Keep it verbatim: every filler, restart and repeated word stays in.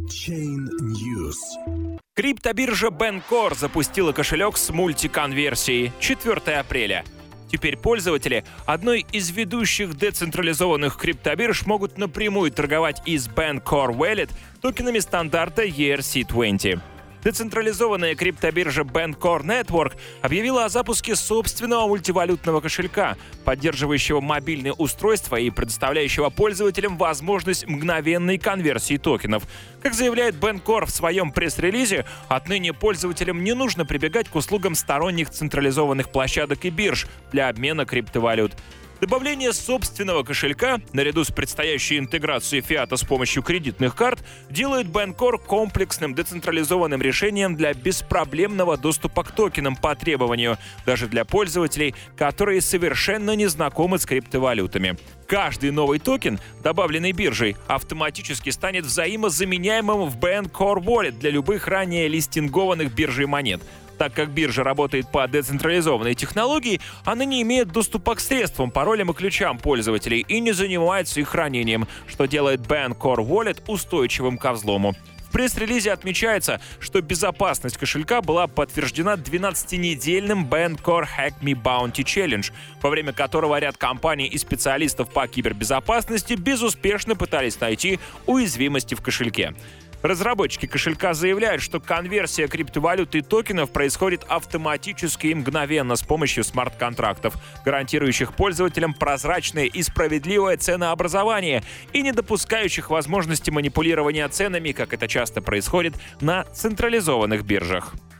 Chain News. Криптобиржа Bancor запустила кошелек с мультиконверсией четвёртого апреля. Теперь пользователи одной из ведущих децентрализованных криптобирж могут напрямую торговать из Bancor Wallet токенами стандарта и эр си двадцать. Децентрализованная криптобиржа Bancor Network объявила о запуске собственного мультивалютного кошелька, поддерживающего мобильные устройства и предоставляющего пользователям возможность мгновенной конверсии токенов. Как заявляет Bancor в своем пресс-релизе, отныне пользователям не нужно прибегать к услугам сторонних централизованных площадок и бирж для обмена криптовалют. Добавление собственного кошелька, наряду с предстоящей интеграцией фиата с помощью кредитных карт, делает Bancor комплексным децентрализованным решением для беспроблемного доступа к токенам по требованию, даже для пользователей, которые совершенно не знакомы с криптовалютами. Каждый новый токен, добавленный биржей, автоматически станет взаимозаменяемым в Bancor Wallet для любых ранее листингованных биржей монет. Так как биржа работает по децентрализованной технологии, она не имеет доступа к средствам, паролям и ключам пользователей и не занимается их хранением, что делает Bancor Wallet устойчивым ко взлому. В пресс-релизе отмечается, что безопасность кошелька была подтверждена двенадцатинедельным Bancor Hack Me Bounty Challenge, во время которого ряд компаний и специалистов по кибербезопасности безуспешно пытались найти уязвимости в кошельке. Разработчики кошелька заявляют, что конверсия криптовалюты и токенов происходит автоматически и мгновенно с помощью смарт-контрактов, гарантирующих пользователям прозрачное и справедливое ценообразование и не допускающих возможности манипулирования ценами, как это часто происходит на централизованных биржах.